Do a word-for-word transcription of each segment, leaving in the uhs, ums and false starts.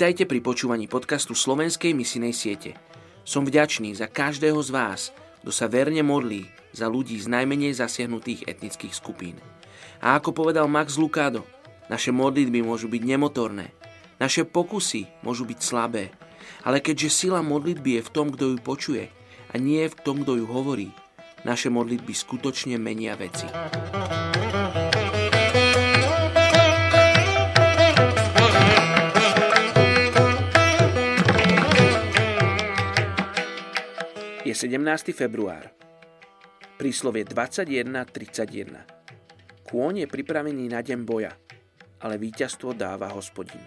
Vítajte pri počúvaní podcastu Slovenskej misijnej siete. Som vďačný za každého z vás, kto sa verne modlí za ľudí z najmenej zasiahnutých etnických skupín. A ako povedal Max Lucado, naše modlitby môžu byť nemotorné, naše pokusy môžu byť slabé, ale keďže sila modlitby je v tom, kto ju počuje, a nie v tom, kto ju hovorí, naše modlitby skutočne menia veci. Je sedemnásteho február. Príslovie dvadsaťjeden tridsaťjeden. Kôň je pripravený na deň boja, ale víťazstvo dáva Hospodin.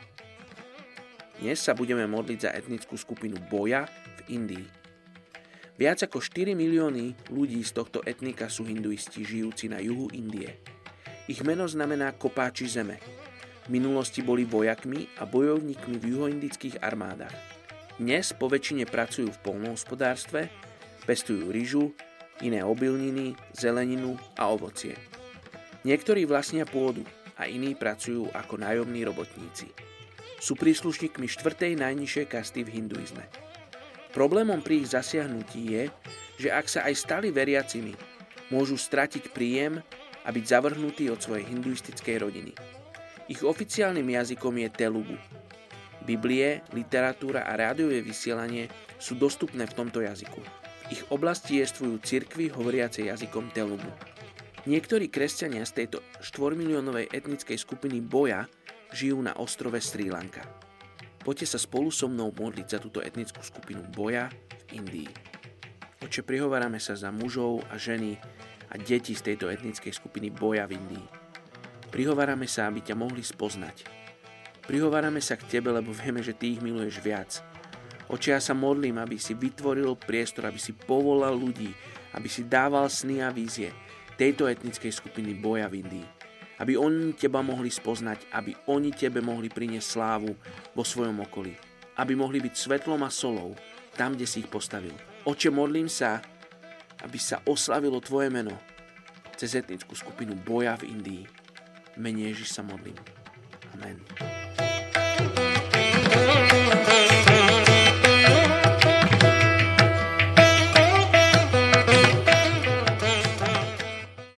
Dnes sa budeme modliť za etnickú skupinu Boja v Indii. Viac ako štyri milióny ľudí z tohto etnika sú hinduisti žijúci na juhu Indie. Ich meno znamená kopáči zeme. V minulosti boli vojakmi a bojovníkmi v juhoindických armádach. Dnes po väčšine pracujú v poľnohospodárstve, pestujú ryžu, iné obilniny, zeleninu a ovocie. Niektorí vlastnia pôdu a iní pracujú ako nájomní robotníci. Sú príslušníkmi štvrtej najnižšej kasty v hinduizme. Problémom pri ich zasiahnutí je, že ak sa aj stali veriacimi, môžu stratiť príjem a byť zavrhnutí od svojej hinduistickej rodiny. Ich oficiálnym jazykom je Telugu. Biblie, literatúra a rádiové vysielanie sú dostupné v tomto jazyku. V ich oblasti jestvujú cirkvi hovoriace jazykom Telugu. Niektorí kresťania z tejto štvormiliónovej etnickej skupiny Boja žijú na ostrove Srí Lanka. Poďte sa spolu so mnou modliť za túto etnickú skupinu Boja v Indii. Oče, prihovárame sa za mužov a ženy a deti z tejto etnickej skupiny Boja v Indii. Prihovárame sa, aby ťa mohli spoznať. Prihovárame sa k Tebe, lebo vieme, že Ty ich miluješ viac. Oče, ja sa modlím, aby si vytvoril priestor, aby si povolal ľudí, aby si dával sny a vízie tejto etnickej skupiny Boja v Indii. Aby oni Teba mohli spoznať, aby oni Tebe mohli priniesť slávu vo svojom okolí. Aby mohli byť svetlom a solou tam, kde si ich postavil. Oče, modlím sa, aby sa oslavilo Tvoje meno cez etnickú skupinu Boja v Indii. V mene Ježiš sa modlím. Amen.